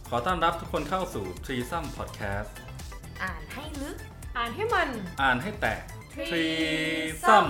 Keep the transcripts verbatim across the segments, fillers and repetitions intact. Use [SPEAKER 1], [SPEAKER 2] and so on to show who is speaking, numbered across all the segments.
[SPEAKER 1] ขอต้อนรับทุกคนเข้าสู่ Threesome Podcast
[SPEAKER 2] อ่านให้ลึก
[SPEAKER 3] อ่านให้มัน
[SPEAKER 1] อ่านให้แตก Threesome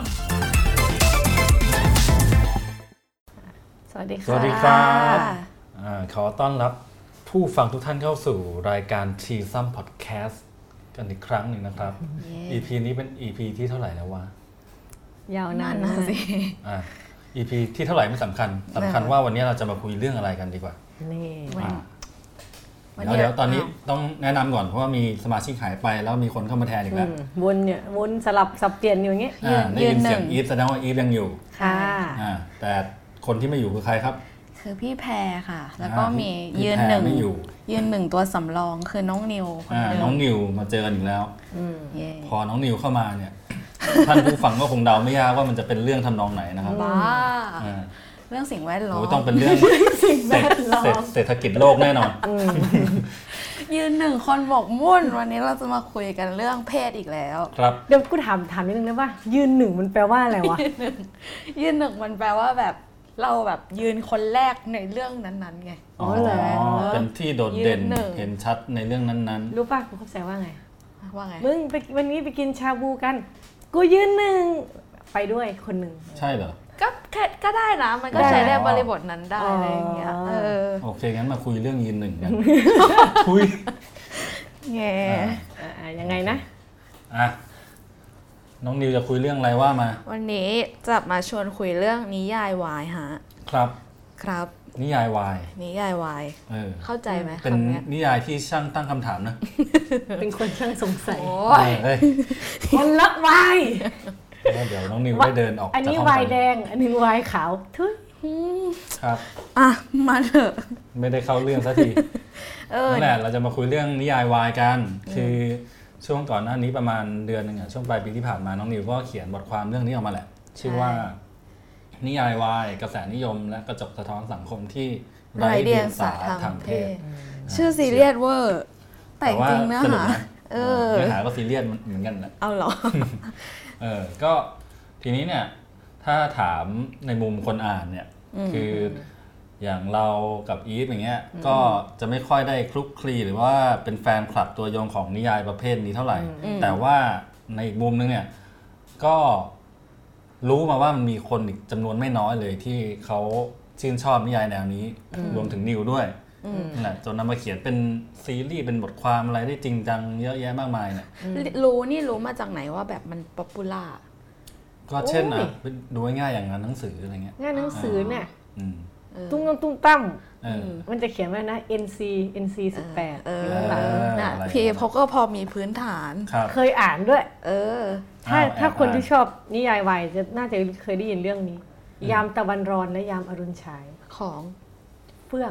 [SPEAKER 3] สวัสดีค่ะ
[SPEAKER 1] สวัสดีครับอ่าขอต้อนรับผู้ฟังทุกท่านเข้าสู่รายการ Threesome Podcast กันอีกครั้งหนึ่งนะครับ yeah. อี พี นี้เป็น อี พี ที่เท่าไหร่แล้ววะ
[SPEAKER 3] ยาวนานนะสิ
[SPEAKER 1] อ่า อี พี ที่เท่าไหร่ไม่สำคัญสำคัญว่าวันนี้เราจะมาคุยเรื่องอะไรกันดีกว่านี่เดี๋ยวเดี๋ยวตอนนี้ต้องแนะนำก่อนเพราะว่ามีสมาชิกหายไปแล้วมีคนเข้ามาแทนอีกแล้ว
[SPEAKER 3] วนเนี่ยวนสลับสับเปลี่ยนอยู่อย่างเงี้ย
[SPEAKER 1] ได้ยินเสียงอีฟแสดงว่าอีฟยังอยู่
[SPEAKER 3] ค่ะ
[SPEAKER 1] อ่าแต่คนที่ไม่อยู่คือใครครับ
[SPEAKER 2] คือพี่แพรค่ะแล้วก็มียืนหนึ่งยืนหนึ่งตัวสำรองคือน้องนิว
[SPEAKER 1] อ่าน้องนิวมาเจอกันอีกแล้วพอน้องนิวเข้ามาเนี่ยท่านผู้ฟังก็คงเดาไม่ยากว่ามันจะเป็นเรื่องทำนองไหนนะครับ
[SPEAKER 2] บ้าเรื่องสิ่งแวดล้อม
[SPEAKER 1] ต้องเป็นเรื่องเศรษฐกิจโลกแน่นอน
[SPEAKER 2] ยืนหนึ่งคนหมกมุ่นวันนี้เราจะมาคุยกันเรื่องเพศอีกแล้ว
[SPEAKER 1] ครับ
[SPEAKER 3] เดี๋ยวกูถามถามนิดนึงได้ป่ะยืนหนึ่งมันแปลว่าอะไรวะ
[SPEAKER 2] ยืนหนึ่งมันแปลว่าแบบเราแบบยืนคนแรกในเรื่องนั้นๆไง
[SPEAKER 1] อ๋อเหรอเป็นที่โดดเด่นเห็นชัดในเรื่องนั้น
[SPEAKER 3] ๆรู้ป่ะกูเข้าใจว่าไง
[SPEAKER 2] ว่าไง
[SPEAKER 3] มึงไปวันนี้ไปกินชาบูกันกูยืนหนึ่งไปด้วยคนหนึ่ง
[SPEAKER 1] ใช่เหรอ
[SPEAKER 2] ก็ก็ได้นะมันก็ใช้ในบริบทนั้นได้อะไรอย่างเงี้ยเออ
[SPEAKER 1] โอเคงั้นมาคุยเรื่องยืนหนึ่งกันคุย
[SPEAKER 2] แง่
[SPEAKER 3] ยังไงนะ
[SPEAKER 1] อ่ะน้องนิวจะคุยเรื่องอะไรว่ามา
[SPEAKER 2] วันนี้จะมาชวนคุยเรื่องนิยายวายฮะ
[SPEAKER 1] ครับ
[SPEAKER 2] ครับ
[SPEAKER 1] นิยายวาย
[SPEAKER 2] นิยายวาย
[SPEAKER 1] เออ
[SPEAKER 2] เข้าใจไหม
[SPEAKER 1] เป็นนิยายที่ช่างตั้งคำถามนะ
[SPEAKER 3] เป็นคนช่างสงสัย
[SPEAKER 1] เฮ้ย
[SPEAKER 3] คนละวาย
[SPEAKER 1] เดี๋ยวน้องนิวได้เดินออก
[SPEAKER 3] อันนี้วายแดงอันนึงวายขาวทุย
[SPEAKER 1] ครับ
[SPEAKER 2] อ่ะมาเถอะ
[SPEAKER 1] ไม่ได้เข้าเรื่องสักทีนั่นแหละเราจะมาคุยเรื่องนิยายวายกันคือช่วงก่อนหน้านี้ประมาณเดือนนึงอ่ะช่วงปลายปีที่ผ่านมาน้องนิวก็เขียนบทความเรื่องนี้ออกมาแหละชื่อว่านิยายวายกระแสนิยมและกระจกสะท้อนสังคมที่ไร้เดียงสาทางเพศ
[SPEAKER 2] ชื่อซีเรียสเวอร์แต่จริงนะฮะ
[SPEAKER 1] เออเนื้อหาก็ซีเรียสเหมือนกันแหละ
[SPEAKER 2] เอาเหรอ
[SPEAKER 1] เออก็ทีนี้เนี่ยถ้าถามในมุมคนอ่านเนี่ยคืออย่างเรากับอีฟอย่างเงี้ยก็จะไม่ค่อยได้คลุกคลีหรือว่าเป็นแฟนคลับตัวยงของนิยายประเภทนี้เท่าไหร่แต่ว่าในอีกมุมนึงเนี่ยก็รู้มาว่ามันมีคนอีกจำนวนไม่น้อยเลยที่เขาชื่นชอบนิยายแนวนี้รวมถึงนิวด้วยนั่นแหละจนนำมาเขียนเป็นซีรีส์เป็นบทความอะไรได้จริงจังเยอะแยะมากมายเนี่ย
[SPEAKER 2] รู้นี่รู้มาจากไหนว่าแบบมันป๊อปปูล่า
[SPEAKER 1] ก็เช่นอ่ะดูง่ายๆอย่างงานหนังสืออะไรเงี้ย
[SPEAKER 3] งานหนังสือเนี่ยตุ้งตุ้งตั้มมันจะเขียนไว้นะ เอ็น ซี เอ็น ซี สิบแปด
[SPEAKER 2] เออน่ะพี่เขาก็พอมีพื้นฐาน
[SPEAKER 3] เคยอ่านด้วย
[SPEAKER 2] เออ
[SPEAKER 3] ถ้าถ้าคนที่ชอบนิยายวายจะน่าจะเคยได้ยินเรื่องนี้ยามตะวันร้อนและยามอรุณฉาย
[SPEAKER 2] ของ
[SPEAKER 3] เฟื่อง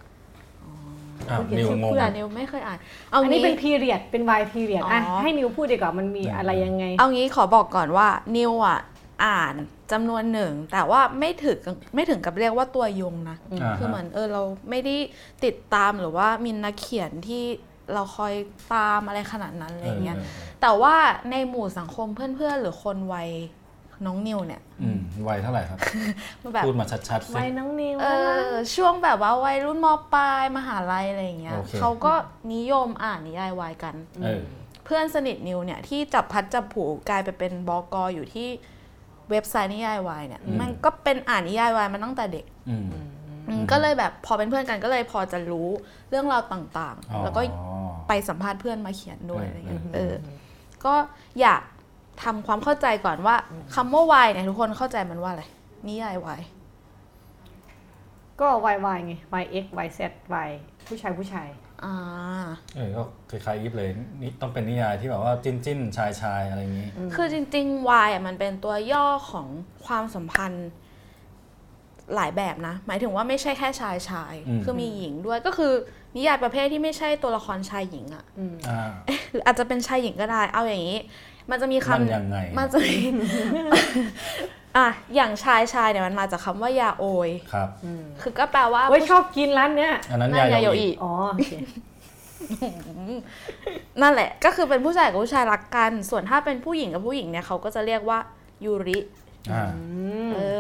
[SPEAKER 1] นิวงง
[SPEAKER 2] นิวไม่เคยอ่าน
[SPEAKER 3] อันนี้เป็นพีเรียดเป็นวายพีเรียดอ่ะให้นิวพูดดีกว่ามันมีอะไรยังไง
[SPEAKER 2] เอางี้ขอบอกก่อนว่านิวอ่ะอ่านจำนวนหนึ่งแต่ว่าไม่ถึงไม่ถึงกับเรียกว่าตัวยงนะคือเหมือนเออเราไม่ได้ติดตามหรือว่ามีนักเขียนที่เราคอยตามอะไรขนาดนั้นอะไรเงี้ยแต่ว่าในหมู่สังคมเพื่อนๆหรือคนวัยน้องนิวเนี่ย
[SPEAKER 1] วัยเท่าไหร่ครับพูดมาชัดๆสิ
[SPEAKER 3] วัยน้องนิว
[SPEAKER 2] เออช่วงแบบว่าวัยรุ่นม.ปลายมหาลัยอะไรอย่างเงี้ยเขาก็นิยมอ่านนิยายวายกันเพื่อนสนิทนิวเนี่ยที่จับพัดจับผูกลายไปเป็นบก.อยู่ที่เว็บไซต์นิยายวายเนี่ยมันก็เป็นอ่านนิยายวายมาตั้งแต่เด็กก็เลยแบบพอเป็นเพื่อนกันก็เลยพอจะรู้เรื่องราวต่างๆแล้วก็ไปสัมภาษณ์เพื่อนมาเขียนด้วยอะไรเงี้ยเออก็อยากทำความเข้าใจก่อนว่าคำว่าวายเนี่ยทุกคนเข้าใจมันว่าอะไรนิยายวาย
[SPEAKER 3] ก็ วาย วาย ไง วาย เอ็กซ์ วาย แซด วาย ผู้ชายผู้ชาย
[SPEAKER 2] อ่า
[SPEAKER 1] เออก็คล้ายๆยิบเลยนี่ต้องเป็นนิยายที่แบบว่าจิ้นจิ้นชายชายอะไรอย่างนี้
[SPEAKER 2] คือจริงๆ Y อ่ะมันเป็นตัวย่อของความสัมพันธ์หลายแบบนะหมายถึงว่าไม่ใช่แค่ชายชายคือมีหญิงด้วยก็คือนิยายประเภทที่ไม่ใช่ตัวละครชายหญิงอ่ะหรืออาจจะเป็นชายหญิงก็ได้เอาอย่างนี้มันจะมีคำมันจะมีอ่ะอย่างชายชายเนี่ยมันมาจากคำว่ายาโอย
[SPEAKER 1] ครับ
[SPEAKER 2] คือก็แปลว่า
[SPEAKER 3] เว้ยชอบกินร้านเนี้ย
[SPEAKER 1] อันนั้นยาโยอิ
[SPEAKER 3] อ๋อโอเค
[SPEAKER 2] นั่นแหละก็คือเป็นผู้ชายกับผู้ชายรักกันส่วนถ้าเป็นผู้หญิงกับผู้หญิงเนี่ยเขาก็จะเรียกว่ายูริเออ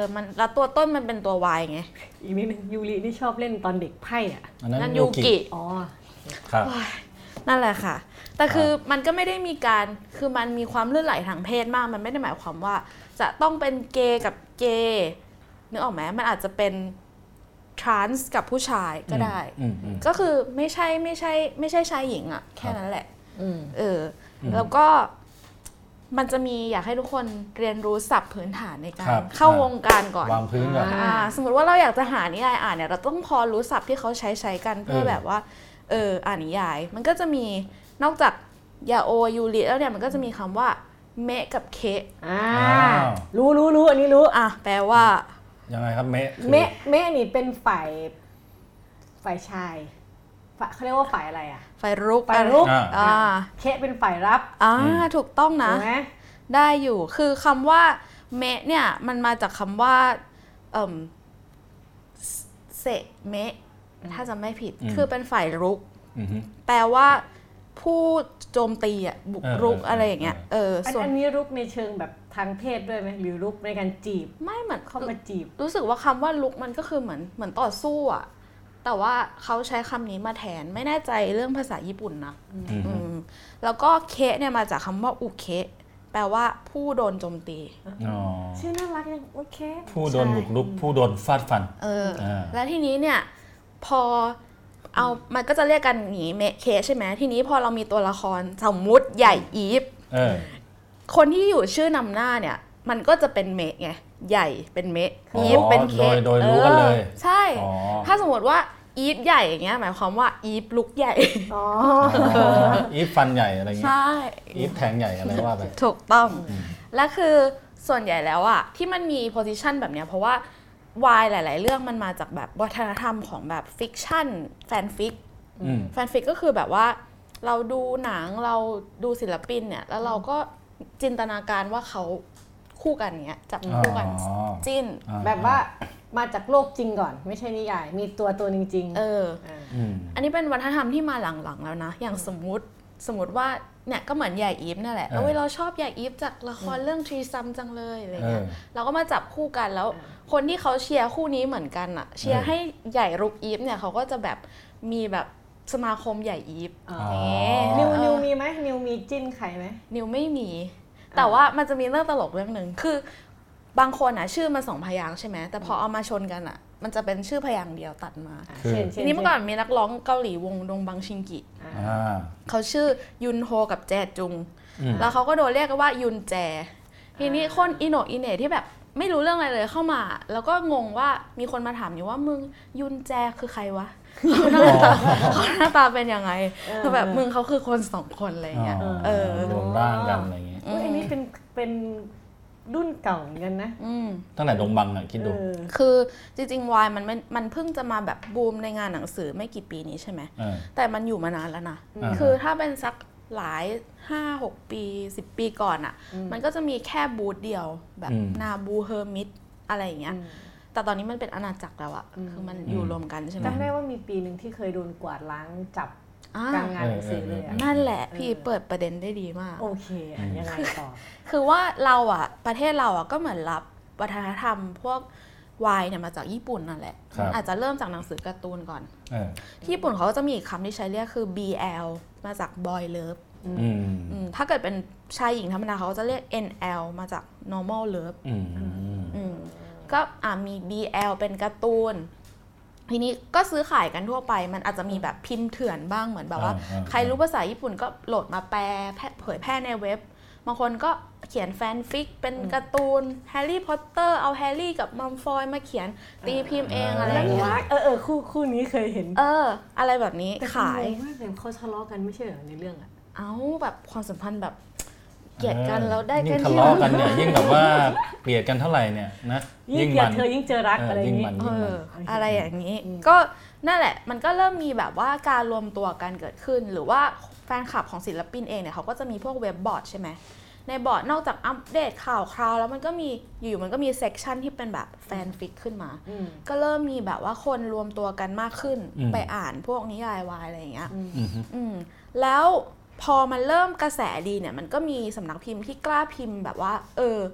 [SPEAKER 2] มันแล้วตัวต้นมันเป็นตัว Y ไง
[SPEAKER 3] อีกนิดนึงยูรินี่ชอบเล่นตอนเด็กไพ่อ่ะ
[SPEAKER 1] นั่
[SPEAKER 2] นยูกิ
[SPEAKER 3] อ๋อ
[SPEAKER 1] ครับ
[SPEAKER 2] นั่นแหละค่ะแต่คือมันก็ไม่ได้มีการคือมันมีความลื่นไหลทางเพศมากมันไม่ได้หมายความว่าจะต้องเป็นเกย์กับเกย์นึกออกไหมมันอาจจะเป็นทรานส์กับผู้ชายก็ได้ก็คือไม่ใช่ไม่ใช่ไม่ใช่ชายหญิงอ่ะแค่นั้นแหละเออแล้วก็มันจะมีอยากให้ทุกคนเรียนรู้ศัพท์พื้นฐานในการเข้าวงการก่อน
[SPEAKER 1] วางพื้นก่อน
[SPEAKER 2] สมมติว่าเราอยากจะหานิยายอ่านเนี่ยเราต้องพอรู้ศัพท์ที่เขาใช้ใช้กันเพื่อแบบว่าเอออ่านนิยายมันก็จะมีนอกจากยาโอยูริแล้วเนี่ยมันก็จะมีคำว่าเมะกับเค
[SPEAKER 3] อ่ารู้รู้รู้อันนี้รู้
[SPEAKER 2] อ่ะแปลว่า
[SPEAKER 1] ยังไงครับเมะ
[SPEAKER 3] เมะเมะนี่เป็นฝ่ายฝ่ายชายเขาเรียกว่าฝ่ายอะไรอ่ะ
[SPEAKER 2] ฝ่ายรุก
[SPEAKER 3] ฝ่ายรุก
[SPEAKER 2] อ่า
[SPEAKER 3] เคเป็นฝ่ายรับ
[SPEAKER 2] อ่าถูกต้องนะได้อยู่คือคำว่าเมะเนี่ยมันมาจากคำว่าเอ่อเซเมะถ้าจำไม่ผิดคือเป็นฝ่ายรุกแปลว่าผู้โจมตีอ่ะบุกรุกอะไรอย่างเงี้ยเออ
[SPEAKER 3] ส่วนอันนี้รุกในเชิงแบบทางเพศด้วยไหมหรือรุกในการจีบ
[SPEAKER 2] ไม่เหมือน
[SPEAKER 3] เข้ามาจีบ
[SPEAKER 2] รู้สึกว่าคำว่ารุกมันก็คือเหมือนเหมือนต่อสู้อ่ะแต่ว่าเขาใช้คำนี้มาแทนไม่แน่ใจเรื่องภาษาญี่ปุ่นนะแล้วก็เคเนี่ยมาจากคำว่าอุเคแปลว่าผู้โดนโจมตี
[SPEAKER 3] ชื่อน่ารักยังโอเค
[SPEAKER 1] ผู้โดนบุกรุกผู้โดนฟาดฟัน
[SPEAKER 2] เออและทีนี้เนี่ยพอเอามันก็จะเรียกกันหนีเมะเคใช่ไหมทีนี้พอเรามีตัวละครสมมุติใหญ่อีฟคนที่อยู่ชื่อนำหน้าเนี่ยมันก็จะเป็นเมะไงใหญ่เป็นเมะอีฟเป็นเค
[SPEAKER 1] โดยรู้กันเลย
[SPEAKER 2] ใช่ถ้าสมมติว่าอีฟใหญ่อย่างเงี้ยหมายความว่าอีฟลุกใหญ่
[SPEAKER 1] อีฟฟันใหญ่อะไรเงี้ย
[SPEAKER 2] ใช่
[SPEAKER 1] อีฟแทงใหญ่อะไรว่าไป
[SPEAKER 2] ถูกต้องและคือส่วนใหญ่แล้วอะที่มันมีโพสิชันแบบเนี้ยเพราะว่าวายหลายๆเรื่องมันมาจากแบบวัฒนธรรมของแบบฟิกชันแฟนฟิกแฟนฟิกก็คือแบบว่าเราดูหนังเราดูศิลปินเนี่ยแล้วเราก็จินตนาการว่าเขาคู่กันเนี้ยจับคู่กันจิ้น
[SPEAKER 3] แบบว่ามาจากโลกจริงก่อนไม่ใช่นิยายมีตัวตัวจริง
[SPEAKER 2] ๆเอออันนี้เป็นวัฒนธรรมที่มาหลังๆแล้วนะอย่างสมมุติสมมติว่าเนี่ยก็เหมือนยายอีฟนั่นแหละแล้วเราชอบยายอีฟจากละครเรื่องทรีซัมจังเลยอะไรเงี้ยเราก็มาจับคู่กันแล้วคนที่เขาเชียร์คู่นี้เหมือนกันอะเชียร์ให้ใหญ่รุกอีฟเนี่ยเขาก็จะแบบมีแบบสมาคมใหญ่อีฟ
[SPEAKER 3] นิวนิวมีไหมนิวมีจิ้นใครไหม
[SPEAKER 2] นิวไม่มีแต่ว่ามันจะมีเรื่องตลกเรื่องนึงคือบางคนอะชื่อมาสองพยางค์ใช่ไหมแต่พอเอามาชนกันอะมันจะเป็นชื่อพยางค์เดียวตัดมาทีนี้เมื่อก่อนมีนักร้องเกาหลีวงดงบังชิงกิเขาชื่อยุนโฮกับแจจุงแล้วเขาก็โดนเรียกว่ายุนแจทีนี้คนอิโนะอิเนะที่แบบไม่รู้เรื่องอะไรเลยเข้ามาแล้วก็งงว่ามีคนมาถามอยู่ว่ามึงยุนแจคือใครวะเขาหน้าตาเขาหน้าตาเป็นยังไงคือแบบมึงเขาคือคนสองคนอะไรเงี้ยเออ
[SPEAKER 1] รวมร่างกันอะไรเงี้ย
[SPEAKER 3] อันนี้เป็นเป็นรุ่นเก่าเหมือนกันนะ
[SPEAKER 1] ตั้งแต่ดงบังอ่ะคิดดู
[SPEAKER 2] คือจริงๆวายมันมันเพิ่งจะมาแบบบูมในงานหนังสือไม่กี่ปีนี้ใช่ไหมแต่มันอยู่มานานแล้วนะคือถ้าเป็นสักหลาย ห้าหก ปีสิบปีก่อนอ่ะมันก็จะมีแค่บูธเดียวแบบนาบูเฮอร์มิตอะไรอย่างเงี้ยแต่ตอนนี้มันเป็นอาณาจักรแล้วอ่ะคือมันอยู่รวมกันใช่ไหม
[SPEAKER 3] จำได้ว่ามีปีหนึ่งที่เคยโดนกวาดล้างจับกลางงานหนังสือเลย
[SPEAKER 2] นั่นแหละพี่เปิดประเด็นได้ดีมาก
[SPEAKER 3] โอเคยังไงต่อ
[SPEAKER 2] คือว่าเราอ่ะประเทศเราอ่ะก็เหมือนรับวัฒนธรรมพวกวายเนี่ยมาจากญี่ปุ่นนั่นแหละอาจจะเริ่มจากหนังสือการ์ตูนก่อนที่ญี่ปุ่นเขาจะมีคำที่ใช้เรียกคือ บี แอล มาจาก boy love ถ้าเกิดเป็นชายหญิงธรรมดาเขาจะเรียก เอ็น แอล มาจาก normal love ก็มี บี แอล เป็นการ์ตูนทีนี้ก็ซื้อขายกันทั่วไปมันอาจจะมีแบบพิมพ์เถื่อนบ้างเหมือนแบบว่าใครรู้ภาษาญี่ปุ่นก็โหลดมาแปลเผยแพร่ในเว็บบางคนก็เขียนแฟนฟิกเป็นการ์ตูนแฮร์รี่พอตเตอร์เอาแฮร์รี่กับมัมฟอยมาเขียนตีพิมพ์เองอะไรอย่างเงี้ย
[SPEAKER 3] เออเออคู่คู่นี้เคยเห็น
[SPEAKER 2] เอออะไรแบบนี้ขาย
[SPEAKER 3] แต่เขาทะเลาะกันไม่ใช่เหรอในเรื่องอ่ะ
[SPEAKER 2] เอ้าแบบความสัมพันธ์แบบเกลียดกันแล้วได้กัน
[SPEAKER 1] ทะเลาะกันเนี่ยยิ่งแบบว่าเกลียดกันเท่าไหร่เนี่ยนะ
[SPEAKER 3] ยิ่งเกลียดเธอยิ่งเจอรักอะไรอย่างนี้
[SPEAKER 2] อะไรอย่างนี้ก็นั่นแหละมันก็เริ่มมีแบบว่าการรวมตัวกันเกิดขึ้นหรือว่าแฟนคลับของศิลปินเองเนี่ยเขาก็จะมีพวกเว็บบอร์ดใช่ไหมในบอร์ดนอกจากอัปเดตข่าวคราวแล้วมันก็มีอยู่มันก็มีเซกชันที่เป็นแบบแฟนฟิกขึ้นมาก็เริ่มมีแบบว่าคนรวมตัวกันมากขึ้นไปอ่านพวกนิยายวายอะไรอย่างเงี้ยแล้วพอมันเริ่มกระแสดีเนี่ยมันก็มีสำนักพิมพ์ที่กล้าพิมพ์แบบว่าเออ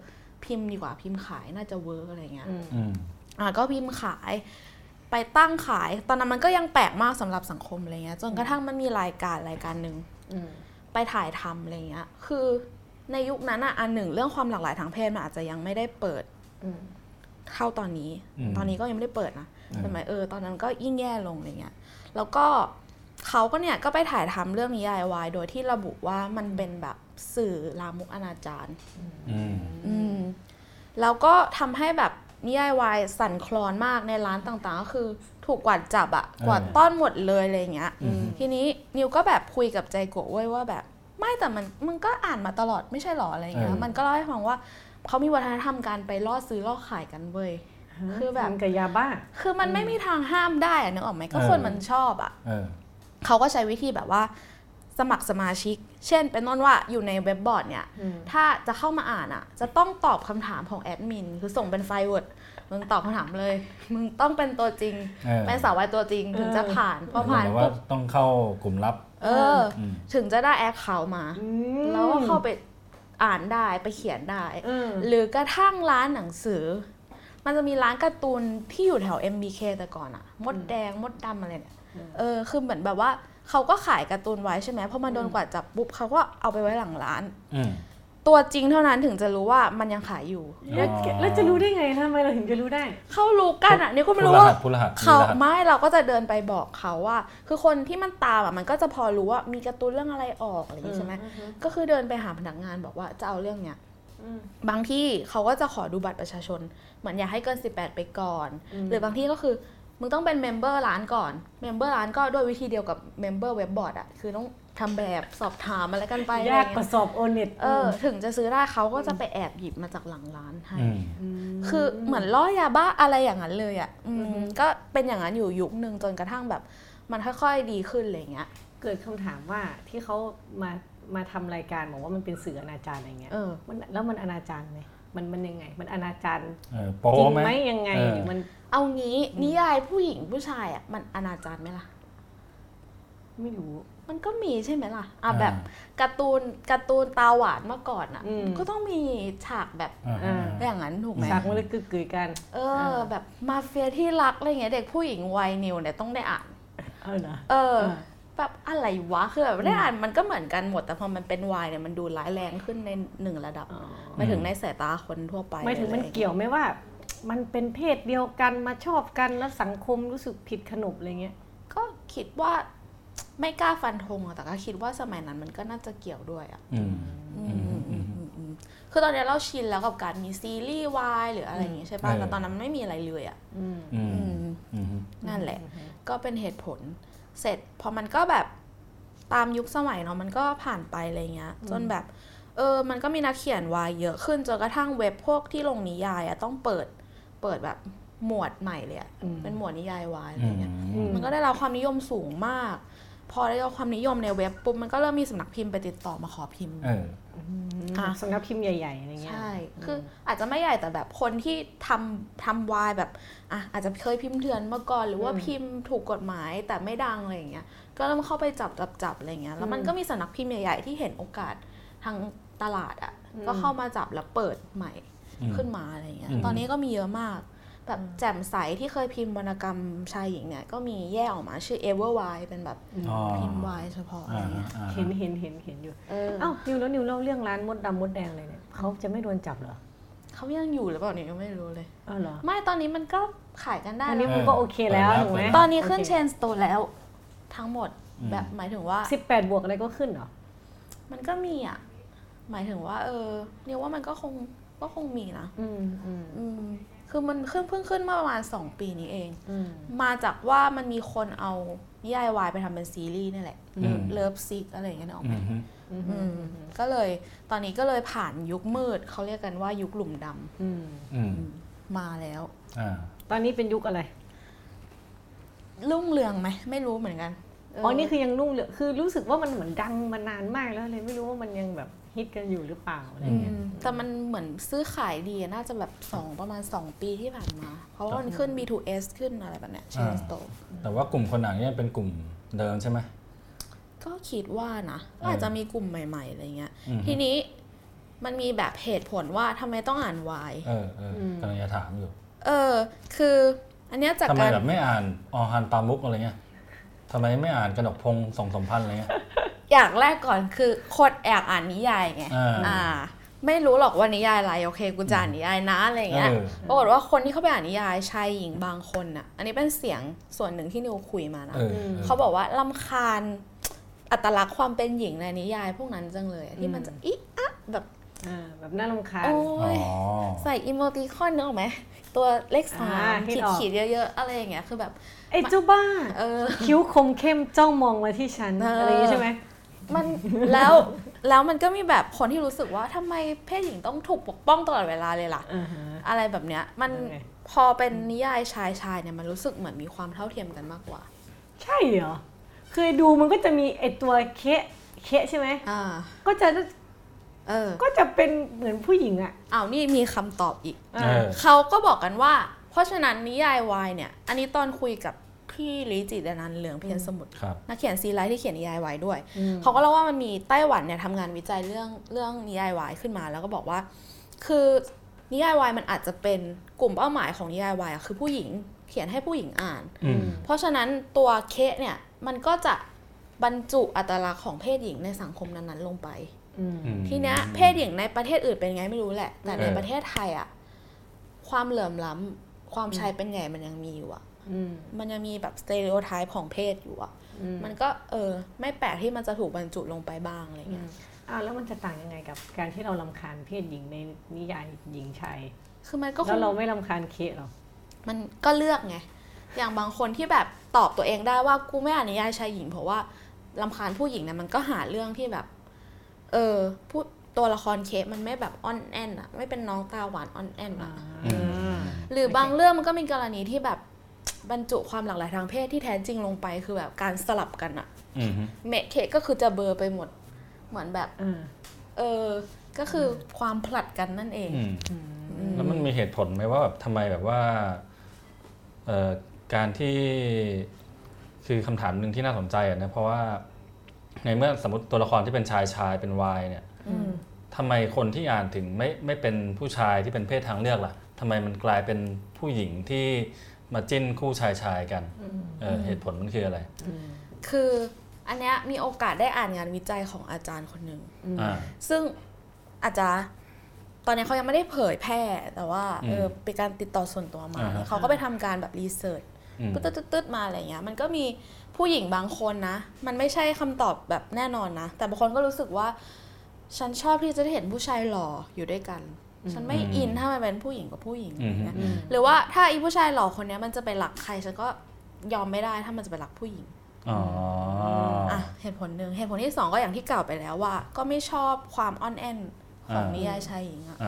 [SPEAKER 2] พิมพ์ดีกว่าพิมพ์ขายน่าจะเวิร์กอะไรเงี้ย
[SPEAKER 1] อืม
[SPEAKER 2] อ่าก็พิมพ์ขายไปตั้งขายตอนนั้นมันก็ยังแปลกมากสำหรับสังคมอะไรเงี้ยจนกระทั่งมันมีรายการรายการนึงไปถ่ายทำอะไรเงี้ยคือในยุคนั้นอ่ะอันหนึ่งเรื่องความหลากหลายทางเพศมันอาจจะยังไม่ได้เปิดเท่าตอนนี้ตอนนี้ก็ยังไม่ได้เปิดนะสมัยเออตอนนั้นก็ยิ่งแย่ลงอะไรเงี้ยแล้วก็เขาก็เนี่ยก็ไปถ่ายทำเรื่องนิยายวายโดยที่ระบุว่ามันเป็นแบบสื่อลามกอนาจารอืมแล้วก็ทำให้แบบนิยายวายสั่นคลอนมากในร้านต่างๆก็คือถูกกวาดจับอะกวาดต้อนหมดเลยอะไรเงี้ยทีนี้นิวก็แบบคุยกับใจโกะเว้ยว่าแบบไม่แต่มันมันก็อ่านมาตลอดไม่ใช่หรออะไรเงี้ยมันก็เล่าให้ฟังว่าเขามีวัฒนธรรมการไปล่อซื้อล่อขายกันเว้ยคือแบบ
[SPEAKER 3] กับยาบ้า
[SPEAKER 2] คือมันไม่มีทางห้ามได้อะนึกออกไหมก็คนมันชอบอะเขาก็ใช้วิธีแบบว่าสมัครสมาชิกเช่นเป็นต้นว่าอยู่ในเว็บบอร์ดเนี่ยถ้าจะเข้ามาอ่านอ่ะจะต้องตอบคำถามของแอดมินคือส่งเป็นไฟล์ Word มึงตอบคำถามเลยมึงต้องเป็นตัวจริงเป็นสาววายตัวจริงถึงจะผ่านพอผ่าน
[SPEAKER 1] ปุ๊บต้องเข้ากลุ่มลับ
[SPEAKER 2] เออถึงจะได้แอคเคาท์มาแล้วก็เข้าไปอ่านได้ไปเขียนได้หรือกระทั่งร้านหนังสือมันจะมีร้านการ์ตูนที่อยู่แถว เอ็ม บี เค แต่ก่อนอ่ะมดแดงมดดำอะไรเนี่ยเออคือเหมือนแบบว่าเขาก็ขายการ์ตูนไว้ใช่ไหมพอมันโดนกวาดจับปุ๊บเขาก็เอาไปไว้หลังร้านตัวจริงเท่านั้นถึงจะรู้ว่ามันยังขายอยู่
[SPEAKER 3] แล้วจะรู้ได้ไงทำไมเราถึงจะรู้ได้
[SPEAKER 2] เขารู้กันอ่ะนี่ก็ไม่รู้ว่าเขาไม่เราก็จะเดินไปบอกเขาว่าคือคนที่มันตามอ่ะมันก็จะพอรู้ว่ามีการ์ตูนเรื่องอะไรออกอะไรอย่างนี้ใช่ไหมก็คือเดินไปหาพนักงานบอกว่าจะเอาเรื่องเนี้ยบางที่เขาก็จะขอดูบัตรประชาชนเหมือนอยากให้เกินสิบแปดไปก่อนหรือบางที่ก็คือมึงต้องเป็นเมมเบอร์ร้านก่อนเมมเบอร์ร้านก็ด้วยวิธีเดียวกับเมมเบอร์เว็บบอร์ดอ่ะคือต้องทำแบบสอบถามอะไรกันไป
[SPEAKER 3] แยกกระสอบโอเน็ต
[SPEAKER 2] เออถึงจะซื้อได้เขาก็จะไปแอบหยิบมาจากหลังร้านให้คือเหมือนล่อยาบ้าอะไรอย่างนั้นเลยอ่ะก็เป็นอย่างนั้นอยู่ยุคนึงจนกระทั่งแบบมันค่อยๆดีขึ้นอะไรเงี้ย
[SPEAKER 3] เกิดคำถามว่าที่เขามามาทำรายการบอกว่ามันเป็นสื่ออนาจารอะไรเงี้ยแล้วมันอนาจารไหมมันมันยังไงมันอนาจารจริงไหมยังไงมัน
[SPEAKER 2] เอางี้นิยายผู้หญิงผู้ชายอ่ะมันอนาจารไหมล่ะ
[SPEAKER 3] ไม่รู้
[SPEAKER 2] มันก็มีใช่ไหมล่ะอ่ะแบบการ์ตูนการ์ตูนตาหวานเมื่อก่อนอ่ะก็ต้องมีฉากแบบอย่างนั้นถูกไหม
[SPEAKER 3] ฉากมันเลยกึกๆกัน
[SPEAKER 2] เออแบบมาเฟียที่รักอะไรเงี้ยเด็กผู้หญิงวัยนิวเนี่ยต้องได้อ่าน
[SPEAKER 3] เออนะ
[SPEAKER 2] เออแบบอะไรวะคือแบบได้อ่านมันก็เหมือนกันหมดแต่พอมันเป็นวายเนี่ยมันดูร้ายแรงขึ้นในหนึ่งระดับไม่ถึงในสายตาคนทั่วไป
[SPEAKER 3] ไม่ถึงมันเกี่ยวไหมว่ามันเป็นเพศเดียวกันมาชอบกันแล้วสังคมรู้สึกผิดขนบอะไรเงี้ย
[SPEAKER 2] ก็คิดว่าไม่กล้าฟันธงแต่ก็คิดว่าสมัยนั้นมันก็น่าจะเกี่ยวด้วยอ่ะคือตอนนี้เราชินแล้วกับการมีซีรีส์วายหรืออะไรอย่างเงี้ยใช่ป่ะแต่ตอนนั้นไม่มีอะไรเลยอ่ะนั่นแหละก็เป็นเหตุผลเสร็จพอมันก็แบบตามยุคสมัยเนาะมันก็ผ่านไปอะไรเงี้ยจนแบบเออมันก็มีนักเขียนวายเยอะขึ้นจนกระทั่งเว็บพวกที่ลงนิยายอะต้องเปิดเปิดแบบหมวดใหม่เลยอะเป็นหมวดนิยายวายอะไรเงี้ยมันก็ได้รับความนิยมสูงมากพอได้รับความนิยมในเว็บปุ๊บมันก็เริ่มมีสำนักพิมพ์ไปติดต่อมาขอพิมพ์
[SPEAKER 3] สำนักพิมพ์ใหญ่ๆอะไรเงี้ย
[SPEAKER 2] ใช่คืออาจจะไม่ใหญ่แต่แบบคนที่ทำทำวายแบบอ่ะอาจจะเคยพิมพ์เถื่อนมาก่อนหรือว่าพิมพ์ถูกกฎหมายแต่ไม่ดังอะไรอย่างเงี้ยก็เริ่มเข้าไปจับจับจับอะไรเงี้ยแล้วมันก็มีสำนักพิมพ์ใหญ่ๆที่เห็นโอกาสทางตลาดอ่ะก็เข้ามาจับแล้วเปิดใหม่ขึ้นมาอะไรเงี้ยตอนนี้ก็มีเยอะมากแบบแจ่มใสที่เคยพิมพ์วรรณกรรมชายหญิงเนี่ยก็มีแยกออกมาชื่อ Everwide เป็นแบบพิมพ์วายเฉพาะอะไรเงี้ย
[SPEAKER 3] เห็นเห็นเห็นเห็นอยู่เอ้านิวแล้วนิวเล่าเรื่องร้านมดดำมดแดงเลยเนี่ยเขาจะไม่โดนจับเหรอ
[SPEAKER 2] เขายังอยู่หรือเปล่าเนี่ยยังไม่รู้เลย
[SPEAKER 3] อ๋อเหรอ
[SPEAKER 2] ไม่ตอนนี้มันก็ขายกันได้
[SPEAKER 3] ตอนนี้มันก็โอเคแล้วถูกไหม
[SPEAKER 2] ตอนนี้ขึ้นเชนสโตร์แล้วทั้งหมดแบบหมายถึงว่า
[SPEAKER 3] สิบแปดบวกอะไรก็ขึ้นเหรอ
[SPEAKER 2] มันก็มีอ่ะหมายถึงว่าเออเนี่ยว่ามันก็คงก็คงมีนะอืมอืมอืมคือมันขึ้นเพิ่งขึ้นมาประมาณสองปีนี้เองมาจากว่ามันมีคนเอานิยายวายไปทำเป็นซีรีส์นี่แหละเลิฟซิกอะไรอย่างเงี้ยออกไปก็เลยตอนนี้ก็เลยผ่านยุคมืดเขาเรียกกันว่ายุคหลุมดำมาแล้ว
[SPEAKER 3] ตอนนี้เป็นยุคอะไร
[SPEAKER 2] รุ่งเรืองไหมไม่รู้เหมือนกัน
[SPEAKER 3] อ๋อนี่คือยังรุ่งเรืองคือรู้สึกว่ามันเหมือนดังมานานมากแล้วเลยไม่รู้ว่ามันยังแบบฮิตกันอยู่หรือเปล่าอะไรเงี้ย
[SPEAKER 2] แต่มันเหมือนซื้อขายดีน่าจะแบบสองประมาณสองปีที่ผ่านมาเพราะว่ามันขึ้น บี ทู เอส ขึ้นอะไรแบบเนี้ย Chain Store
[SPEAKER 1] แต่ว่ากลุ่มคนอ่านเนี่ยเป็นกลุ่มเดิมใช่ไหม
[SPEAKER 2] ก็คิดว่านะอาจจะมีกลุ่มใหม่ๆอะไรเงี้ยทีนี้มันมีแบบเหตุผลว่าทำไมต้องอ่านวาย
[SPEAKER 1] เออเออกำลังจะถามอยู่
[SPEAKER 2] เออคืออันเนี้ยจากการ
[SPEAKER 1] ทำไมแบบไม่อ่านอฮันปามุกอะไรเงี้ยทำไมไม่อ่านกนกพงศ์สองสมพันธ์อะไรเงี้ย
[SPEAKER 2] อย่างแรกก่อนคือคนแอบอ่านนิยายไงอ่าไม่รู้หรอกว่านิยายอะไรโอเคกูจะอ่านนิยายนะอะไรเงี้ยปรากฏว่าคนที่เขาไปอ่านนิยายชายหญิงบางคนอ่ะอันนี้เป็นเสียงส่วนหนึ่งที่นิวคุยมานะเขาบอกว่ารำคาญอัตลักษณ์ความเป็นหญิงในนิยายพวกนั้นจังเลยที่มันจะอิอ๊ะแบบ
[SPEAKER 3] แบบน่ารำคาญ
[SPEAKER 2] ใส่อีโมติคอนนึกออกไหมตัวเลขสามขีดขีดเยอะๆอะไรอย่างเงี้ยคือแบบ
[SPEAKER 3] ไอ้เจ้าบ้าคิ้วคมเข้มจ้องมองมาที่ฉันอะไรอย่างงี้ใช่ไหม
[SPEAKER 2] มันแล้วแล้วมันก็มีแบบคนที่รู้สึกว่าทำไมเพศหญิงต้องถูกปกป้องตลอดเวลาเลยล่ะ uh-huh. อะไรแบบเนี้ยมัน okay. พอเป็นนิยายชายชายเนี่ยมันรู้สึกเหมือนมีความเท่าเทียมกันมากกว่า
[SPEAKER 3] ใช่เหรอเคยดูมันก็จะมีไอตัวเคะเคะใช่ไหมอ่าก็จะเออก็จะเป็นเหมือนผู้หญิงอ่ะ
[SPEAKER 2] อ้าวนี่มีคำตอบอีก เออเขาก็บอกกันว่าเพราะฉะนั้นนิยายวายเนี่ยอันนี้ตอนคุยกับพี่ลิจิตนันท์เหลืองเพียรสมุทรนักเขียนซีไลท์ที่เขียนนิยายวายด้วยเขาก็เล่าว่ามันมีไต้หวันเนี่ยทำงานวิจัยเรื่องเรื่องนิยายวายขึ้นมาแล้วก็บอกว่าคือนิยายวายมันอาจจะเป็นกลุ่มเป้าหมายของนิยายวายคือผู้หญิงเขียนให้ผู้หญิงอ่านเพราะฉะนั้นตัวเคเนี่ยมันก็จะบรรจุอัตลักษณ์ของเพศหญิงในสังคมนั้นๆลงไปทีเนี้ยเพศหญิงในประเทศอื่นเป็นไงไม่รู้แหละแต่ในประเทศไทยอ่ะความเหลื่อมล้ำความชายเป็นใหญ่มันยังมีอยู่อ่ะมันยังมีแบบสเตอริโอไทป์ของเพศอยู่อ่ะมันก็เออไม่แปลกที่มันจะถูกบรรจุลงไปบ้างอะไรเงี้ย
[SPEAKER 3] อ้าวแล้วมันจะต่างยังไงกับการที่เรารำคาญเพศหญิงในนิยายหญิงชาย
[SPEAKER 2] คือมันก็
[SPEAKER 3] แล้วเราไม่รำคาญเคหรอ
[SPEAKER 2] มันก็เลือกไงอย่างบางคนที่แบบตอบตัวเองได้ว่ากูไม่อ่านนิยายชายหญิงเพราะว่ารำคาญผู้หญิงเนี่ยมันก็หาเรื่องที่แบบเออผู้ตัวละครเคสมันไม่แบบอ่อนแอนอะไม่เป็นน้องตาหวานอ่อนแอนอะหรือบางเรื่องมันก็มีกรณีที่แบบบรรจุความหลากหลายทางเพศที่แท้จริงลงไปคือแบบการสลับกันอะเมะเคก็คือจะเบอร์ไปหมดเหมือนแบบเออก็คือความผลัดกันนั่นเอง
[SPEAKER 1] แล้วมันมีเหตุผลไหมว่าแบบทำไมแบบว่าเอ่อการที่คือคำถามหนึ่งที่น่าสนใจอ่ะนะเพราะว่าในเมื่อสมมติตัวละครที่เป็นชายชายเป็นวายเนี่ยทำไมคนที่อ่านถึงไม่ไม่เป็นผู้ชายที่เป็นเพศทางเลือกล่ะทำไมมันกลายเป็นผู้หญิงที่มาจิ้นคู่ชายชายกันเออเหตุผลมันคืออะไร
[SPEAKER 2] คืออันเนี้ยมีโอกาสได้อ่านงานวิจัยของอาจารย์คนหนึ่งซึ่งอาจจะตอนนี้เขายังไม่ได้เผยแพร่แต่ว่าเออเป็นการติดต่อส่วนตัวมาเขาก็ไปทำการแบบรีเสิร์ชตึ๊ดๆมาอะไรเงี้ยมันก็มีผู้หญิงบางคนนะมันไม่ใช่คำตอบแบบแน่นอนนะแต่บางคนก็รู้สึกว่าฉันชอบที่จะได้เห็นผู้ชายหล่ออยู่ด้วยกันฉันไม่อินถ้ามันเป็นผู้หญิงกับผู้หญิงนะหรือว่าถ้าอีผู้ชายหล่อคนนี้มันจะไปหลักใครฉันก็ยอมไม่ได้ถ้ามันจะไปหลักผู้หญิงอ๋ออ่ะเหตุผลหนึ่งเหตุผลที่สองก็อย่างที่กล่าวไปแล้วว่าก็ไม่ชอบความอ่อนแอนของนิยายชายหญิงอ่ะ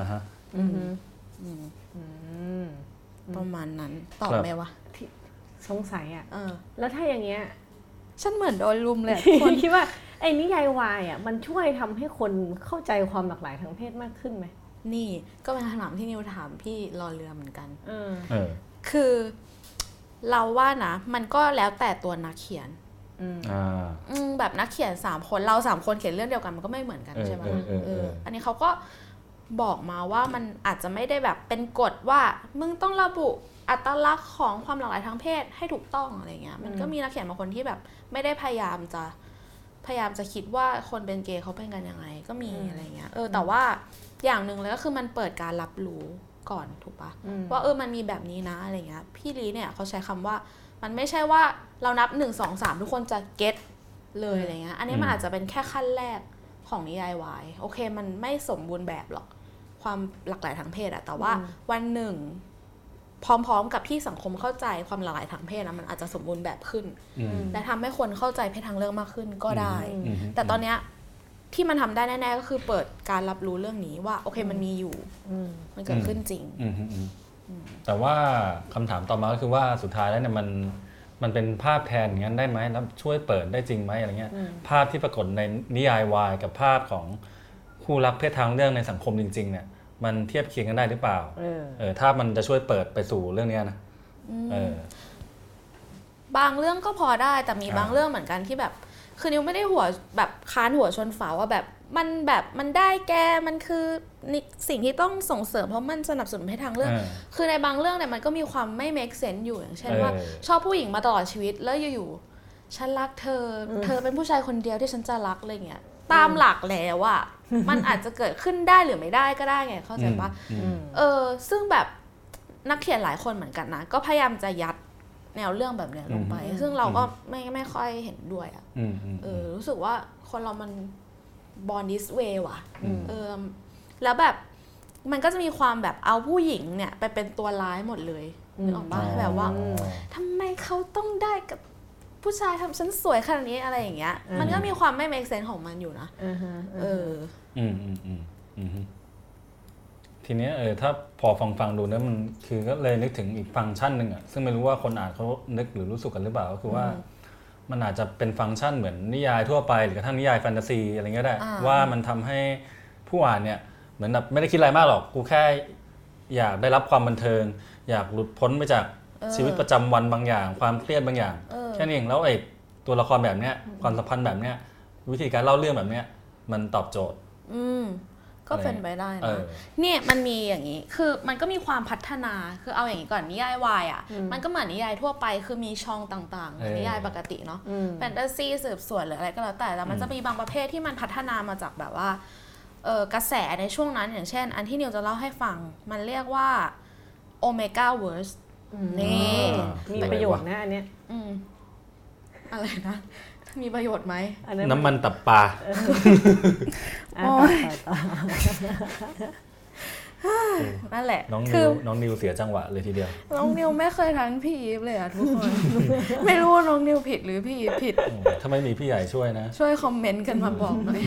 [SPEAKER 2] ประมาณนั้นตอบไหมวะ
[SPEAKER 3] สงสัยอ่ะแล้วถ้าอย่างเงี้ย
[SPEAKER 2] ฉันเหมือนโดนลุมเลย
[SPEAKER 3] คนคิดว่าไอ้นิยายวายอ่ะมันช่วยทำให้คนเข้าใจความหลากหลายทางเพศมากขึ้นไหม
[SPEAKER 2] นี่ก็เป็นคำถามที่นิวถามพี่รอเรือเหมือนกันเออคือเราว่านะมันก็แล้วแต่ตัวนักเขียนอ่าแบบนักเขียนสามคนเราสามคนเขียนเรื่องเดียวกันมันก็ไม่เหมือนกันใช่ไหมเอออันนี้เขาก็บอกมาว่ามันอาจจะไม่ได้แบบเป็นกฎว่ามึงต้องระบุอัตลักษณ์ของความหลากหลายทางเพศให้ถูกต้องอะไรเงี้ยมันก็มีนักเขียนบางคนที่แบบไม่ได้พยายามจะพยายามจะคิดว่าคนเป็นเกย์เขาเป็นกันยังไงก็มีอะไรเงี้ยเออแต่ว่าอย่างนึงเลยก็คือมันเปิดการรับรู้ก่อนถูกปะว่าเออมันมีแบบนี้นะอะไรเงี้ยพี่ลีเนี่ยเขาใช้คำว่ามันไม่ใช่ว่าเรานับหนึ่ง สอง สามทุกคนจะเก็ตเลยอะไรเงี้ยอันนี้มันอาจจะเป็นแค่ขั้นแรกของนิยายวายโอเคมันไม่สมบูรณ์แบบหรอกความหลากหลายทางเพศอะแต่ว่าวันหนึ่งพร้อมๆกับที่สังคมเข้าใจความหลากหลายทางเพศนะมันอาจจะสมบูรณ์แบบขึ้นและทำให้คนเข้าใจเพศทางเลือกมากขึ้นก็ได้แต่ตอนเนี้ยที่มันทำได้แน่ๆก็คือเปิดการรับรู้เรื่องนี้ว่าโอเคมันมีอยู่มันเกิดขึ้นจริง
[SPEAKER 1] แต่ว่าคำถามต่อมาก็คือว่าสุดท้ายแล้วเนี่ยมันมันเป็นภาพแทนอย่างนั้นได้ไหมแล้วช่วยเปิดได้จริงไหมอะไรเงี้ยภาพที่ปรากฏในนิยายวายกับภาพของคู่รักเพศทางเลือกในสังคมจริงๆเนี่ยมันเทียบเคียงกันได้หรือเปล่าเออเออถ้ามันจะช่วยเปิดไปสู่เรื่องนี้นะเอ
[SPEAKER 2] อบางเรื่องก็พอได้แต่มีบางเรื่องเหมือนกันที่แบบคือนิวไม่ได้หัวแบบค้านหัวชนฝาว่าแบบมันแบบมันได้แกมันคือสิ่งที่ต้องส่งเสริมเพราะมันสนับสนุนให้ทางเรื่องคือในบางเรื่องเนี่ยมันก็มีความไม่ make sense อยู่อย่างเช่นว่าชอบผู้หญิงมาตลอดชีวิตแล้วอยู่ๆฉันรักเธอเธอเป็นผู้ชายคนเดียวที่ฉันจะรักอะไรเงี้ยตามหลักแล้วอะมันอาจจะเกิดขึ้นได้หรือไม่ได้ก็ได้ไงเข้าใจปะเออซึ่งแบบนักเขียนหลายคนเหมือนกันนะก็พยายามจะยัดแนวเรื่องแบบเนี้ยลงไปซึ่งเราก็ไม่ไม่ค่อยเห็นด้วยอะเออรู้สึกว่าคนเรามันborn this way ว่ะเออแล้วแบบมันก็จะมีความแบบเอาผู้หญิงเนี่ยไปเป็นตัวร้ายหมดเลยนึกออกปะแบบว่าทำไมเขาต้องได้กับผู้ชายทำฉันสวยขนาดนี้อะไรอย่างเงี้ยมันก็มีความไม่ make sense ของมันอยู่นะเออ
[SPEAKER 1] อืมอืมอืมอืมทีเนี้ยเออถ้าพอฟังฟังดูเนี่ยมันคือก็เลยนึกถึงอีกฟังก์ชันหนึ่งอ่ะซึ่งไม่รู้ว่าคนอ่านเขานึกหรือรู้สึกกันหรือเปล่าก็คือว่ามันอาจจะเป็นฟังก์ชันเหมือนนิยายทั่วไปหรือกระทั่งนิยายแฟนตาซีอะไรเงี้ยได้ว่ามันทำให้ผู้อ่านเนี่ยเหมือนแบบไม่ได้คิดอะไรมากหรอกกูแค่อยากได้รับความบันเทิงอยากหลุดพ้นไปจากชีวิตประจำวันบางอย่างความเครียดบางอย่างแค่นี้เองแล้วไอ้ตัวละครแบบเนี้ยความสัมพันธ์แบบเนี้ยวิธีการเล่าเรื่องแบบเนี้ยมันตอบโจทย์
[SPEAKER 2] อืมก็เป็นไปได้นะเนี่ยมันมีอย่างนี้คือมันก็มีความพัฒนาคือเอาอย่างนี้ก่อนนิยายวายอ่ะมันก็เหมือนนิยายทั่วไปคือมีช่องต่างๆนิยายปกติเนาะแฟนตาซีสืบสวนหรืออะไรก็แล้วแต่แล้วมันจะมีบางประเภทที่มันพัฒนามาจากแบบว่าเออกระแสในช่วงนั้นอย่างเช่นอันที่นิวจะเล่าให้ฟังมันเรียกว่าโอเมก้าเวิร์สนี่
[SPEAKER 3] มีประโยชน์นะอันเนี้ย
[SPEAKER 2] อะไรนะมีประโยชน์ไหม
[SPEAKER 1] น้ำมันตับปลา
[SPEAKER 2] นั่นแหละ
[SPEAKER 1] น้องนิวน้องนิวเสียจังหวะเลยทีเดียว
[SPEAKER 2] น้องนิวไม่เคยทั้งพี่อีฟเลยอะทุกคนไม่รู้ว่าน้องนิวผิดหรือพี่อีฟผิด
[SPEAKER 1] ถ้าไม่มีพี่ใหญ่ช่วยนะ
[SPEAKER 2] ช่วยคอมเมนต์กันมาบอกหน่อย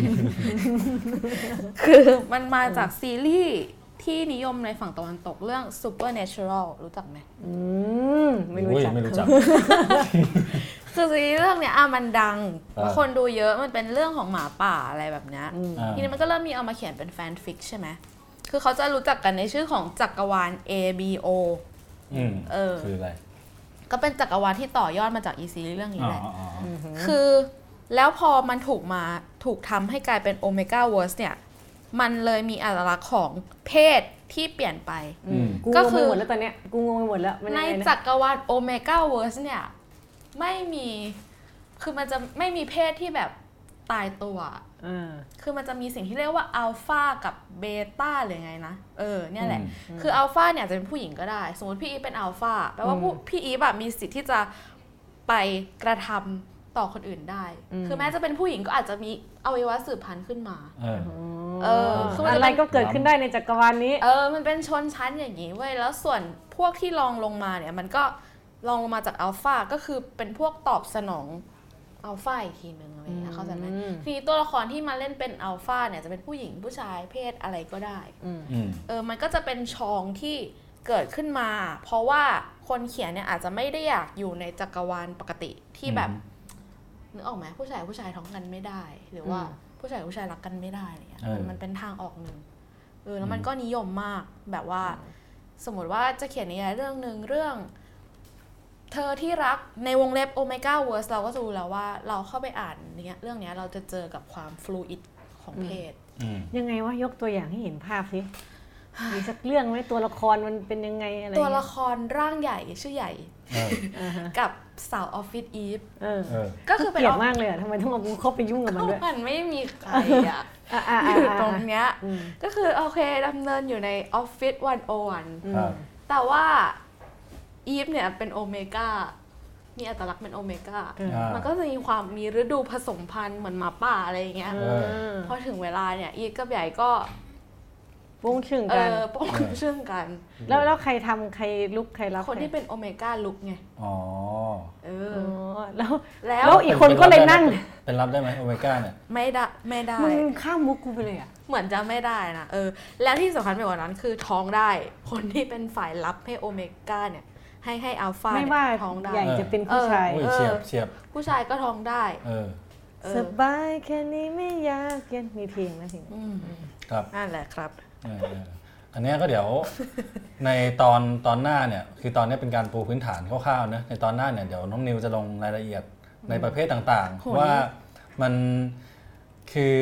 [SPEAKER 2] คือมันมาจากซีรีส์ที่นิยมในฝั่งตะวันตกเรื่อง Supernatural รู้จักไหม
[SPEAKER 3] อืมไม่รู้จัก
[SPEAKER 1] ไม่รู้จัก
[SPEAKER 2] คือซีรีส์เรื่องเนี้ยอ่ะมันดังคนดูเยอะมันเป็นเรื่องของหมาป่าอะไรแบบเนี้ยทีนี้มันก็เริ่มมีเอามาเขียนเป็นแฟนฟิกใช่ไหมคือเขาจะรู้จักกันในชื่อของจักรวาล เอ บี โอ
[SPEAKER 1] อืมเออคืออะไร
[SPEAKER 2] ก็เป็นจักรวาลที่ต่อยอดมาจากอีซีรีส์เรื่องนี้แหละคือแล้วพอมันถูกมาถูกทำให้กลายเป็นโอเมก้าเวิร์สเนี่ยมันเลยมีอัตลักษณ์ของเพศที่เปลี่ยนไป
[SPEAKER 3] ก็คือหมดแล้วตอนเนี้ยกูงงไปหมดแล้ว
[SPEAKER 2] ในจักรวาลโอเมก้าเวิร์สเนี่ยไม่มีคือมันจะไม่มีเพศที่แบบตายตัวคือมันจะมีสิ่งที่เรียกว่าอัลฟากับเบต้าหรือไงนะเออเนี่ยแหละคืออัลฟาเนี่ยจะเป็นผู้หญิงก็ได้สมมติพี่อีฟเป็นอัลฟาแปลว่าพี่อีฟแบบมีสิทธิ์ที่จะไปกระทำต่อคนอื่นได้คือแม้จะเป็นผู้หญิงก็อาจจะมีอวัยวะสืบพันธุ์ขึ้นมา
[SPEAKER 3] เออคืออะไรก็เกิดขึ้นได้ในจักรวาลนี้
[SPEAKER 2] เออมันเป็นชนชั้นอย่างนี้เว้ยแล้วส่วนพวกที่ลองลงมาเนี่ยมันก็ลองลงมาจากอัลฟาก็คือเป็นพวกตอบสนองอัลฟาอีกทีนึงอะไรอย่างเงี้ยเข้าใจไหมทีนี้ตัวละครที่มาเล่นเป็นอัลฟาเนี่ยจะเป็นผู้หญิงผู้ชายเพศอะไรก็ได้เออมันก็จะเป็นช่องที่เกิดขึ้นมาเพราะว่าคนเขียนเนี่ยอาจจะไม่ได้อยากอยู่ในจักรวาลปกติที่แบบนึกออกไหมผู้ชายผู้ชายท้องกันไม่ได้หรือว่าผู้ชายผู้ชายรักกันไม่ได้อะไรเงี้ยมันเป็นทางออกหนึ่งเออแล้วมันก็นิยมมากแบบว่าสมมติว่าจะเขียนนิยายเรื่องนึงเรื่องเธอที่รักในวงเล็บโอเมก้าเวิร์สเราก็จะรู้แล้วว่าเราเข้าไปอ่านเนี้ยเรื่องนี้เราจะเจอกับความฟลูอิดของเพศ
[SPEAKER 3] ยังไงวะยกตัวอย่างให้เห็นภาพสิมีสักเรื่องไหมตัวละครมันเป็นยังไงอะไร
[SPEAKER 2] ตัวละครร่างใหญ่ชื่อใหญ่กับสาวออฟฟิศอีฟก็คือ
[SPEAKER 3] เป็นเกลียดมากเลยอะทำไมต้องเอาเข้าไปยุ่งกับมันด้วย
[SPEAKER 2] มันไม่มีใครอะอยู่ตรงเนี้ยก็คือโอเคดำเนินอยู่ในออฟฟิศหนึ่งศูนย์หนึ่งแต่ว่าอีฟเนี่ยเป็นโอเมก้ามีอัตลักษณ์เป็นโอเมก้ามันก็จะมีความมีฤดูผสมพันธุ์เหมือนหมาป่าอะไรอย่างเงี้ยพอถึงเวลาเนี่ยอีฟกับใหญ่ก็
[SPEAKER 3] ป้องชึ่งกัน
[SPEAKER 2] เออป้องชึ่งกัน
[SPEAKER 3] แล้วแล้วใครทำใครลุกใครรับ
[SPEAKER 2] คนที่เป็นโอเมก้าลุกไง
[SPEAKER 1] อ๋อ
[SPEAKER 2] เออ
[SPEAKER 3] แล้วแล้วอีกคนก็เลยนั่ง
[SPEAKER 1] เป็นรับได้ไหมโอเมก้าเนี่ย
[SPEAKER 2] ไม่ได้ไม่ได้
[SPEAKER 3] มึงข้ามมุกกูไปเลยอ่ะ
[SPEAKER 2] เหมือนจะไม่ได้นะเออแล้วที่สำคัญไปกว่านั้นคือท้องได้คนที่เป็นฝ่ายรับให้โอเมก้าเนี่ยให้ให้อัลฟา
[SPEAKER 3] ไม่ว่าท้องได้ใหญ่จะเป็นผู้ชาย
[SPEAKER 1] เฉียบเฉียบ
[SPEAKER 2] ผู้ชายก็ท้องได้
[SPEAKER 1] เออ
[SPEAKER 3] สบายแค่นี้ไม่ยากเย็นมีเพลงนะเพลง
[SPEAKER 1] ครับ
[SPEAKER 2] นั่นแหละครับ
[SPEAKER 1] อันนี้ก็เดี๋ยวในตอนตอนหน้าเนี่ยคือตอนนี้เป็นการปูพื้นฐานคร่าวๆนะในตอนหน้าเนี่ยเดี๋ยวน้องนิวจะลงรายละเอียดในประเภทต่างๆว่ามันคือ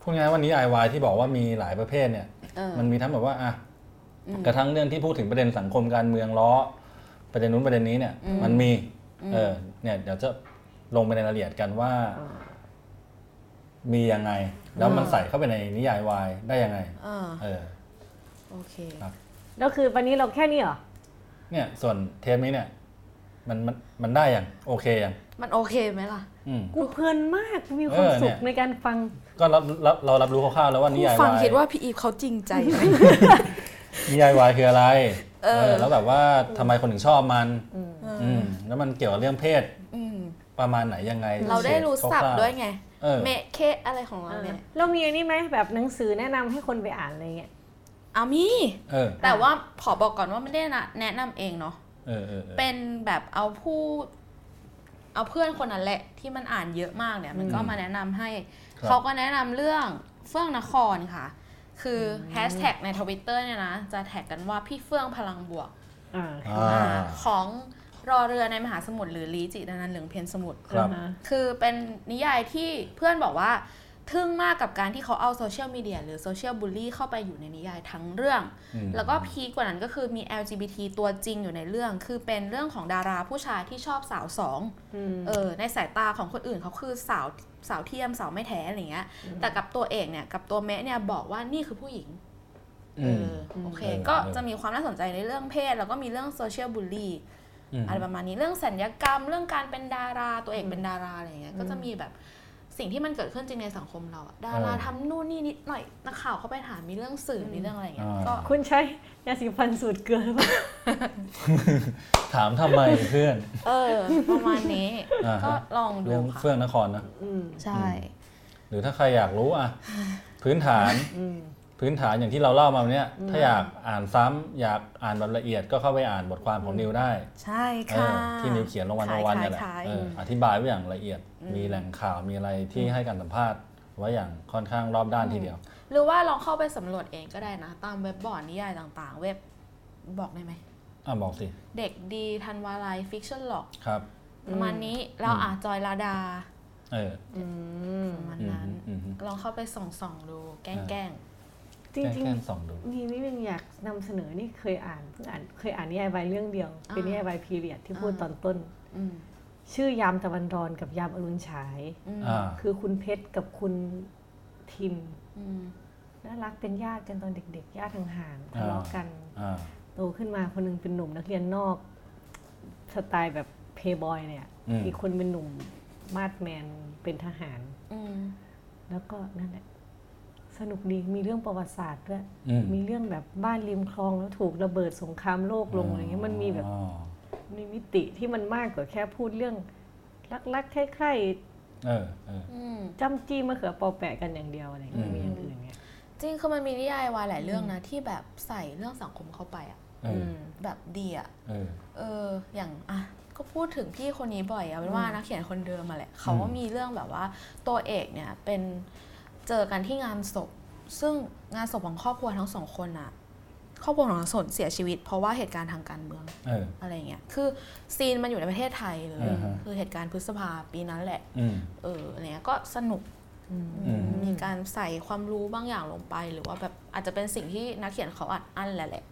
[SPEAKER 1] พูดง่ายว่านิยายวายที่บอกว่ามีหลายประเภทเนี่ยมันมีทั้งแบบว่าอ่ะกระทั่งเรื่องที่พูดถึงประเด็นสังคมการเมืองล้อประเด็นนู้นประเด็นนี้เนี่ยมันมีเออเนี่ยเดี๋ยวจะลงไปในรายละเอียดกันว่ามียังไงแล้วมันใส่เข้าไปในนิยายวายได้ยังไงเออ
[SPEAKER 2] โอเค
[SPEAKER 3] ครับแล้วคือวันนี้เราแค่นี้เหรอ
[SPEAKER 1] เนี่ยส่วนเทปนี้เนี่ยมันมันมันได้ยังโอเคยัง
[SPEAKER 2] มันโอเคไหมล่ะ
[SPEAKER 3] กูเพลินมากมีความสุขในการฟัง
[SPEAKER 1] ก็เราเรารับรู้คร่าวๆแล้วว่านิยายวาย
[SPEAKER 2] ฟังคิดว่าพี่อีฟเขาจริงใจไหม
[SPEAKER 1] นิยายวายคืออะไรเออแล้วแบบว่าทำไมคนถึงชอบมันอืมแล้วมันเกี่ยวกับเรื่องเพศประมาณไหนยังไง
[SPEAKER 2] เราได้รู้ศัพท์ด้วยไงเมะเคอะไรของเราเนี่ย
[SPEAKER 3] เรามีอันนี้ไหมแบบหนังสือแนะนำให้คนไปอ่านอะไรเงี้ย
[SPEAKER 2] อ่ะมีแต่ว่าขอบอกก่อนว่าไม่ได้แนะนำเองเนาะเป็นแบบเอาผู้เอาเพื่อนคนนั้นแหละที่มันอ่านเยอะมากเนี่ยมันก็มาแนะนำให้เขาก็แนะนำเรื่องเฟื่องนครค่ะคือแฮชแท็กใน Twitter เนี่ยนะจะแท็กกันว่าพี่เฟื่องพลังบวกของรอเรือในมหาสมุทรหรือลีจินันท์เหลืองเพียรสมุทรคือเป็นนิยายที่เพื่อนบอกว่าทึ่งมากกับการที่เขาเอาโซเชียลมีเดียหรือโซเชียลบูลลี่เข้าไปอยู่ในนิยายทั้งเรื่องแล้วก็พีคกว่านั้นก็คือมี แอล จี บี ที ตัวจริงอยู่ในเรื่องคือเป็นเรื่องของดาราผู้ชายที่ชอบสาวสองเออในสายตาของคนอื่นเขาคือสาวสาวเทียมสาวไม่แท้อะไรเงี้ยแต่กับตัวเอกเนี่ยกับตัวเมะเนี่ยบอกว่านี่คือผู้หญิงเออโอเคก็จะมีความน่าสนใจในเรื่องเพศแล้วก็มีเรื่องโซเชียลบูลลี่อะไรประมาณนี้เรื่องสัญญกรรมเรื่องการเป็นดาราตัวเอกเป็นดาราอะไรเงี้ยก็จะมีแบบสิ่งที่มันเกิดขึ้นจริงในสังคมเราดาราทำนู่นนี่นิดหน่อยนักข่าวเข้าไปถามมีเรื่องสื่อมีเรื่องอะไรอย่างเงี้ยก็
[SPEAKER 3] คุณใช้ยาสีฟันสูตรเกลือป่ะ
[SPEAKER 1] ถามทำไมเพื่อน
[SPEAKER 2] เออประมาณนี้ก็ลองดู
[SPEAKER 1] ค่ะเฟื่องนครนะ
[SPEAKER 2] ใช่
[SPEAKER 1] หรือถ้าใครอยากรู้อ่ะพื้นฐานพื้นฐานอย่างที่เราเล่ามาเนี่ยถ้าอยากอ่านซ้ำอยากอ่านแบบละเอียดก็เข้าไปอ่านบทความของนิวได้
[SPEAKER 2] ใช่ค่ะ
[SPEAKER 1] ที่นิวเขียนลงวันวันนี่แหละอธิบายไว้อย่างละเอียดมีแหล่งข่าวมีอะไรที่ให้การสัมภาษณ์ไว้อย่างค่อนข้างรอบด้านทีเดียว
[SPEAKER 2] หรือว่าลองเข้าไปสำรวจเองก็ได้นะตามเว็บบอร์ดนิยายต่างๆเว็บบอกได้ไหม
[SPEAKER 1] อ่ะบอกสิ
[SPEAKER 2] เด็กดีธันวาลัยฟิกชั่นหรอก
[SPEAKER 1] ครับ
[SPEAKER 2] ประมาณนี้เราอ่านจอยลาดา
[SPEAKER 1] เออ
[SPEAKER 2] ประมาณนั้นลองเข้าไปส่องๆดูแกล้ง
[SPEAKER 3] จริงๆมีนิดนึงอยากนำเสนอนี่เคยอ่านเพิ่งอ่านเคยอ่านนิยายวายเรื่องเดียวเป็นนิยายวายพีเรียดที่พูดตอนต้นชื่อยามตะวันรอนกับยามอรุณฉายคือคุณเพชรกับคุณทิมน่ารักเป็นญาติกันตอนเด็กๆญาติห่างๆทะเลาะกันโตขึ้นมาคนนึงเป็นหนุ่มนักเรียนนอกสไตล์แบบเพย์บอยเนี่ยอีกคนเป็นหนุ่มมาดแมนเป็นทหารแล้วก็นั่นแหละสนุกดีมีเรื่องประวัติศาสตร์ด้วยมีเรื่องแบบบ้านริมคลองแล้วถูกระเบิดสงครามโลกลงอะไรเงี้ยมันมีแบบมีมิติที่มันมากกว่าแค่พูดเรื่องรักๆใคร่ๆจำจี้มะเขือเปาแปะกันอย่างเดียวอะไรเงี้ยมีอย่างอื่นเงี้ย
[SPEAKER 2] จริงคือมันมีนิยายวายหลายเรื่องนะที่แบบใส่เรื่องสังคมเข้าไปอ่ะแบบดีอ่ะเอออย่างอ่ะก็พูดถึงพี่คนนี้บ่อยเอาเป็นว่านักเขียนคนเดิมมาแหละเขาก็มีเรื่องแบบว่าตัวเอกเนี่ยเป็นเจอกันที่งานศพซึ่งงานศพของครอบครัวทั้งสองคนอะครอบครัวของทั้งสองเสียชีวิตเพราะว่าเหตุการณ์ทางการเมือง
[SPEAKER 1] ออ
[SPEAKER 2] อะไรเงี้ยคือซีนมันอยู่ในประเทศไทยเลยคือเหตุการณ์พฤษภาปีนั้นแหละเอออะไรเงี้ยก็สนุกมีการใส่ความรู้บางอย่างลงไปหรือว่าแบบอาจจะเป็นสิ่งที่นักเขียนเขาอัดอั้นแหละแหละ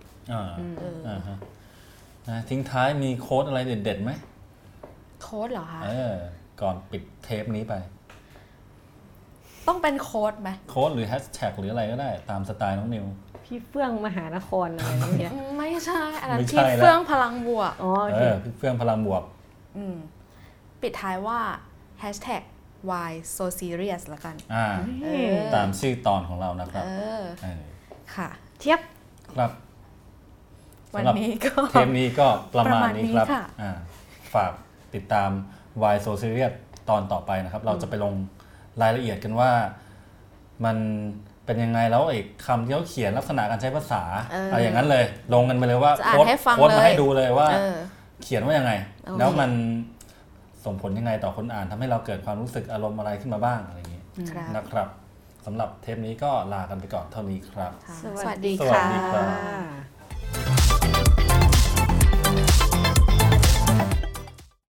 [SPEAKER 1] ทิ้งท้ายมีโค้ดอะไรเด็ดๆไหม
[SPEAKER 2] โค้ดเหรอคะ
[SPEAKER 1] เออก่อนปิดเทปนี้ไป
[SPEAKER 2] ต้องเป็นโค้ดไหม
[SPEAKER 1] โค้ดหรือแฮชแท็กหรืออะไรก็ได้ตามสไตล์น้องนิว
[SPEAKER 3] พี่เฟื่องมหานครอะไรอย่างเงี้ย
[SPEAKER 2] ไม่ใช่อันนั้นพี่เฟื่องพลังบวก
[SPEAKER 1] อ๋อเออพี่เฟื่องพลังบวก
[SPEAKER 2] อืมปิดท้ายว่าแฮชแท็ก why so serious ละกัน
[SPEAKER 1] อ่าตามชื่อตอนของเรานะครับ
[SPEAKER 2] เออค่ะ
[SPEAKER 3] เทียบ
[SPEAKER 1] ครับ
[SPEAKER 2] วันนี้ก็
[SPEAKER 1] เทปนี้ก็ประมาณนี้ครับอ่าฝากติดตาม why so serious ตอนต่อไปนะครับเราจะไปลงรายละเอียดกันว่ามันเป็นยังไงแล้วไอ้คำที่เขาเขียนลักษณะการใช้ภาษาอะไรอย่างนั้นเลยลงกันไปเลยว่าโค้ดโค้ดมาให้ดูเลยว่าเขียนว่ายังไงแล้วมันส่งผลยังไงต่อคนอ่านทำให้เราเกิดความรู้สึกอารมณ์อะไรขึ้นมาบ้างอะไรอย่างนี้นะครับสำหรับเทปนี้ก็ลากันไปก่อนเท่านี้ครับ
[SPEAKER 2] สวัสดีค่ะ